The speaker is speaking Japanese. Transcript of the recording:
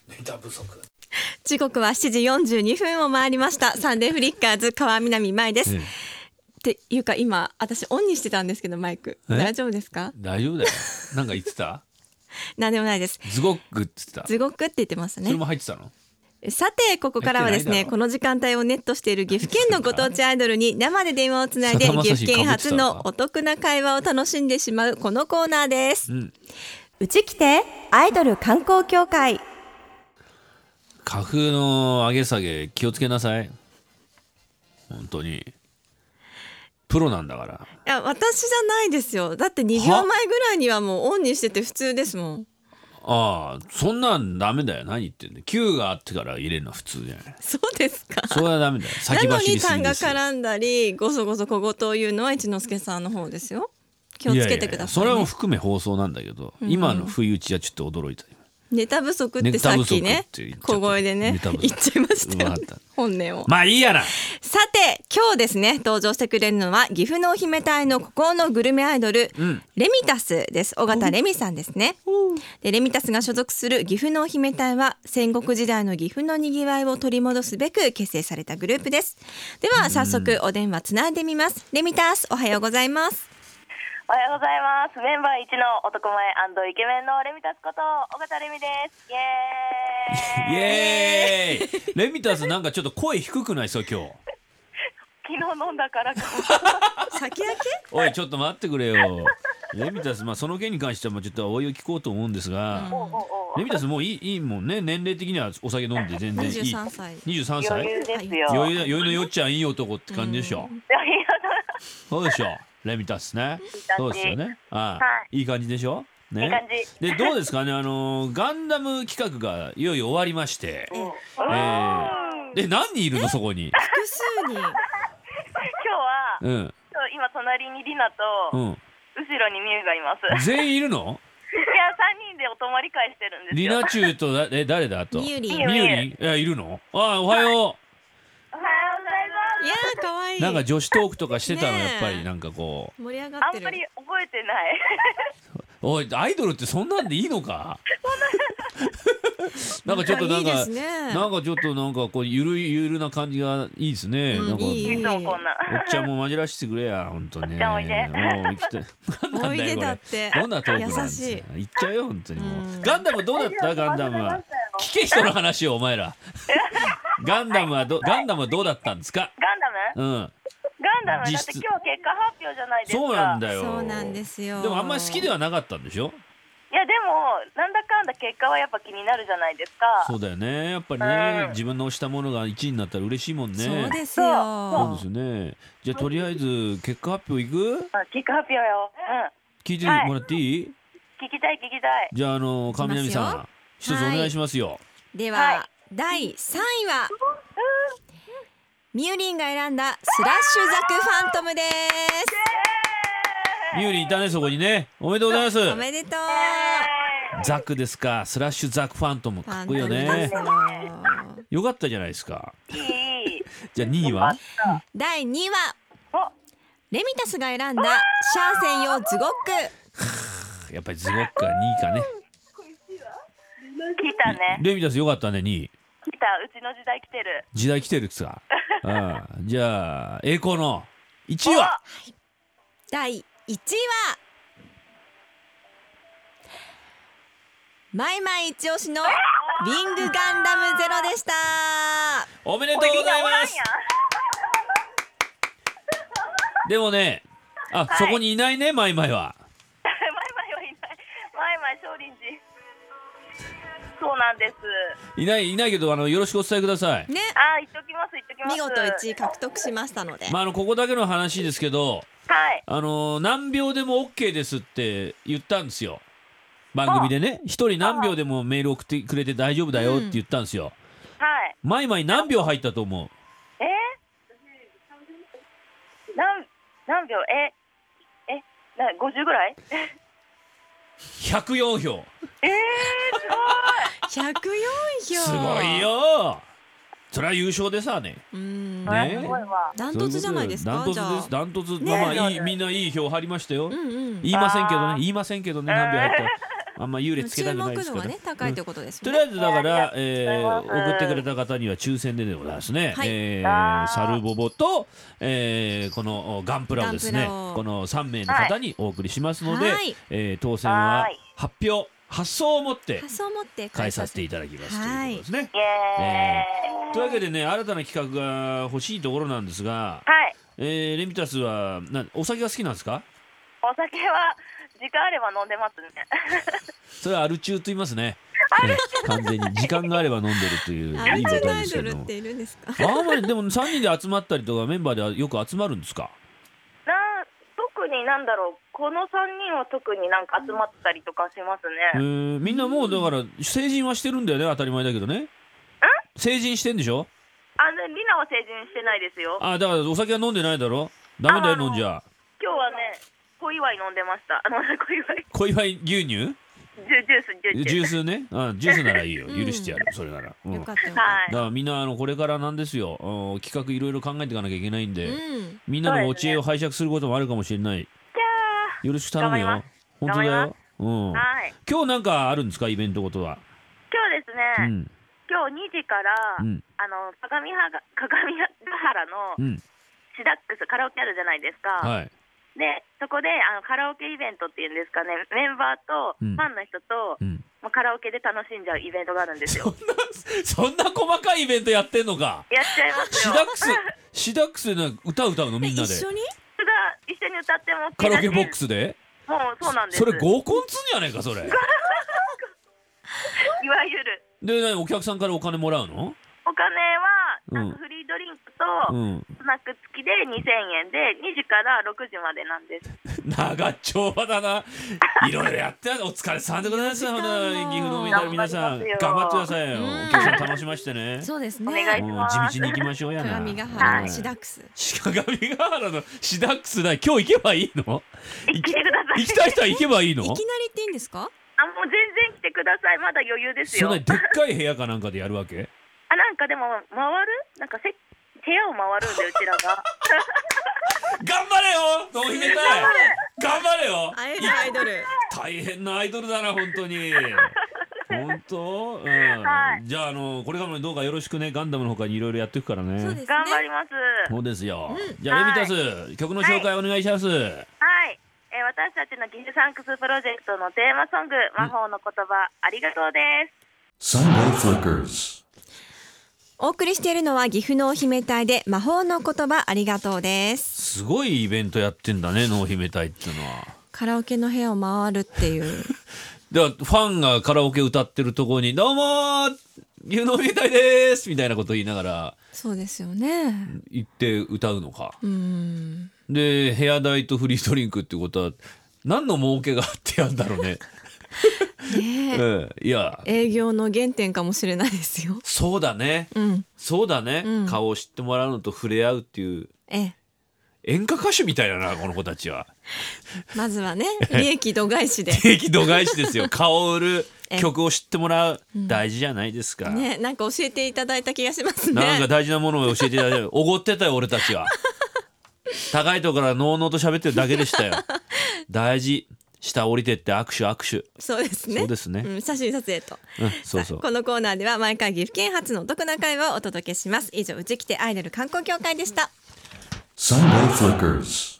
ネタ不足。 時刻は7時42分を回りました。サンデーフリッカーズ川南舞です、っていうか今私オンにしてたんですけどマイク大丈夫ですか？ 大丈夫だよ。なんか言ってた？ なんでもないです。 ズゴックって言ってた。 ズゴックって言ってましたね。 それも入ってたの？ さてここからはですね、この時間帯をネットしている岐阜県のご当地アイドルに生で電話をつないで岐阜県初のお得な会話を楽しんでしまうこのコーナーです、うち来てアイドル観光協会。 花粉の上げ下げ気をつけなさい。本当にプロなんだから。 いや私じゃないですよ。だって2秒前ぐらいにはもうオンにしてて普通ですもん。 ああ、そんなんダメだよ。何言ってんの。Q があってから入れるのは普通じゃない。 そうですか。 それはダメだよ。先走りすぎですよ。 なのに痰が絡んだりごそごそ小言を言うのは一之輔さんの方ですよ。気をつけてくださいね。 いやいやそれも含め放送なんだけど、今の不意打ちはちょっと驚いた。 ネタ不足ってさっきね小声でね言っちゃいましたよね、本音を。 まあいいやな。 さて今日ですね登場してくれるのは岐阜のお姫隊の孤高のグルメアイドル、レミタスです。尾形レミさんですね。でレミタスが所属する岐阜のお姫隊は戦国時代の岐阜のにぎわいを取り戻すべく結成されたグループです。では早速お電話つないでみます。レミタスおはようございます。 おはようございます。メンバー一の男前&イケメンのレミタスこと尾形レミです。イエーイ。 イエーイ。レミタスなんかちょっと声低くないですか今日。 昨日飲んだからか先だけ。 おいちょっと待ってくれよ。レミタス、その件に関してはちょっとおいを聞こうと思うんですが、レミタスもういいもんね。年齢的にはお酒飲んで全然いい。 23歳。 23歳。 余裕ですよ。 余裕のよっちゃんいい男って感じでしょ。そうでしょ。レミタスね。そうですよね。いい感じでしょ。ね。 いい感じ。 でどうですかね。ガンダム企画がいよいよ終わりまして、で何人いるのそこに。 複数人。 今日は、今隣にリナと、後ろにミュウがいます。 全員いるの？ いや3人でお泊まり会してるんですよ。 リナチュウと誰だと？ ミユリン。 いやいるの？おはよう。 おはようございます。 いやー可愛い。 なんか女子トークとかしてたのやっぱりなんかこう盛り上があってる。 んまり覚えてない。 おいアイドルってそんなんでいいのか？なんかちょっとなんかちょっとなんかこうゆるな感じがいいですね。なんかおっちゃんも混じらしてくれや本当にね。 おっちゃんおいで。 おいでだって。 どんなトークなんですか。言っちゃうよ本当にもう。ガンダムどうだったガンダムは。聞け人の話をお前ら。ガンダムはどうだったんですか？ ガンダム？ガンダムだって今日結果発表じゃないですか。 そうなんだよ。 そうなんですよ。 でもあんまり好きではなかったんでしょ？ いやでもなんだかんだ結果はやっぱ気になるじゃないですか。 そうだよね。やっぱりね、自分の推したものが1位になったら嬉しいもんね。 そうですよ。 そうですよね。じゃあとりあえず結果発表いく？ 結果発表よ。 聞いてもらっていい？ 聞きたい。 じゃあ川南さん一つお願いしますよ。 では第3位はミユリンが選んだスラッシュザクファントムです。 ミユリンいたねそこにね。おめでとうございます。 おめでとう。 ザクですか。スラッシュザクファントムかっこいいよね。よかったじゃないですか。じゃあ2位は？ 第2位はレミタスが選んだシャー専用ズゴック。 やっぱりズゴックは2位かね。 来たね。 レミタスよかったね2位。 来た。うちの時代来てる。 時代来てるっすか。じゃあ栄光の1位は？ 第1位はマイマイ一押しのウィングガンダムゼロでした。 おめでとうございます。でもねそこにいないねマイマイは。 マイマイはいない。マイマイ少林寺。そうなんです。 いないけどよろしくお伝えください。 ね。 言っときます。 見事1位獲得しましたので。 ここだけの話ですけど、何秒でも OK ですって言ったんですよ。番組でね、一人何秒でもメール送ってくれて大丈夫だよって言ったんですよ。マイマイ何秒入ったと思う？ 何秒50ぐらい ？104票。 すごい。104票。 すごいよ。それは優勝でさね。 ダントツじゃないですか。 ダントツです。ダントツ。みんないい票入りましたよ。言いませんけどね。何秒入った。 あんま優劣つけたくないですから、 注目度がね高いということですね。 とりあえずだから、 ます送ってくれた方には抽選でございますね、 はいサルボボと、このガンプラをですね、 ガンプラをこの3名の方にお送りしますので、 はい当選ははい発送をもって発想を持って返させていただきますということですね、 イエーイ。 というわけでね、新たな企画が欲しいところなんですが、 はい。 レミタスはお酒が好きなんですか？ お酒は時間あれば飲んでますね。 それはアル中と言いますね。完全に時間があれば飲んでるというアルいいこと中のアイですけども。 ドルっているんですか？ あんまりでも3人で集まったりとかメンバーではよく集まるんですか？ 特になんだろう、この3人は特になんか集まったりとかしますね。 みんなもうだから成人はしてるんだよね、当たり前だけどね。成人してんでしょ？ リナは成人してないですよ。 だからお酒は飲んでないだろ？ダメだよ飲んじゃ。 今日はね、小祝い飲んでました。 小祝い牛乳？ ジュースね。ジュースならいいよ。許してやる。それなら。 よかったよかった。 だからみんなこれからなんですよ、企画いろいろ考えていかなきゃいけないんで、みんなのお知恵を拝借することもあるかもしれない。よろしく頼むよ。本当だよ。今日なんかあるんですか、イベントことは？ 今日ですね、今日2時から、鏡ヶ原のシダックスカラオケあるじゃないですか。 はい。 でそこでカラオケイベントっていうんですかね、メンバーとファンの人と、もうカラオケで楽しんじゃうイベントがあるんですよ。 そんな細かいイベントやってんのか？ やっちゃいますよ。 シダックスで歌うのみんなで。 一緒に歌ってもカラオケボックスで？ もうそうなんです。 それ合コンつんじゃねえかそれ。いわゆる。 でお客さんからお金もらうの？ お金はなんかフリードリンクとスナック付きで2000円で2時から6時までなんです。 長丁場だな。いろいろやってお疲れ様でございます。岐阜の皆さん頑張ってくださいよ。お客さん楽しましてね。 そうですね。 お願いします。 地道に行きましょうやな。 鏡ヶ原のシダックス。 鏡ヶ原のシダックスだ。今日行けばいいの？ 行ってください。 行きたい人は行けばいいの？ いきなり行っていいんですか？ もう全然来てください。まだ余裕ですよ。 そんなでっかい部屋かなんかでやるわけ？ なんかでも回る？なんか部屋を回るんでうちらが。 頑張れよノーヒメタイ。頑張れよ。 アイドル。 大変なアイドルだな本当に。本当？じゃあこれからもどうかよろしくね。ガンダムの他にいろいろやっていくからね。 そうですね。 頑張ります。 そうですよ。じゃあレミタス曲の紹介お願いします。 はい。私たちの岐阜サンクスプロジェクトのテーマソング魔法の言葉ありがとうです。 Sunday Flickers。 お送りしているのは岐阜のお姫隊で魔法の言葉ありがとうです。 すごいイベントやってんだね、濃姫隊っていうのは。 カラオケの部屋を回るっていうではファンがカラオケ歌ってるところにどうもー岐阜のお姫隊ですみたいなこと言いながらそうですよね。 行って歌うのか。で部屋代とフリードリンクってことは何の儲けがあってやんだろうね。いや営業の原点かもしれないですよ。 そうだね、そうだね、顔を知ってもらうのと触れ合うっていう演歌歌手みたいだなこの子たちは。 まずはね利益度外視で利益度外視ですよ。顔を売る曲を知ってもらう、大事じゃないですかね。なんか教えていただいた気がしますね。 なんか大事なものを教えていただいておごってたよ俺たちは。高いところからのうのうと喋ってるだけでしたよ。大事。下降りてって握手。 そうですね。 そうですね。 写真撮影と、 そうこのコーナーでは毎回岐阜県発のお得な会話をお届けします。以上うちきてアイドル観光協会でした。 Sunday Flickers。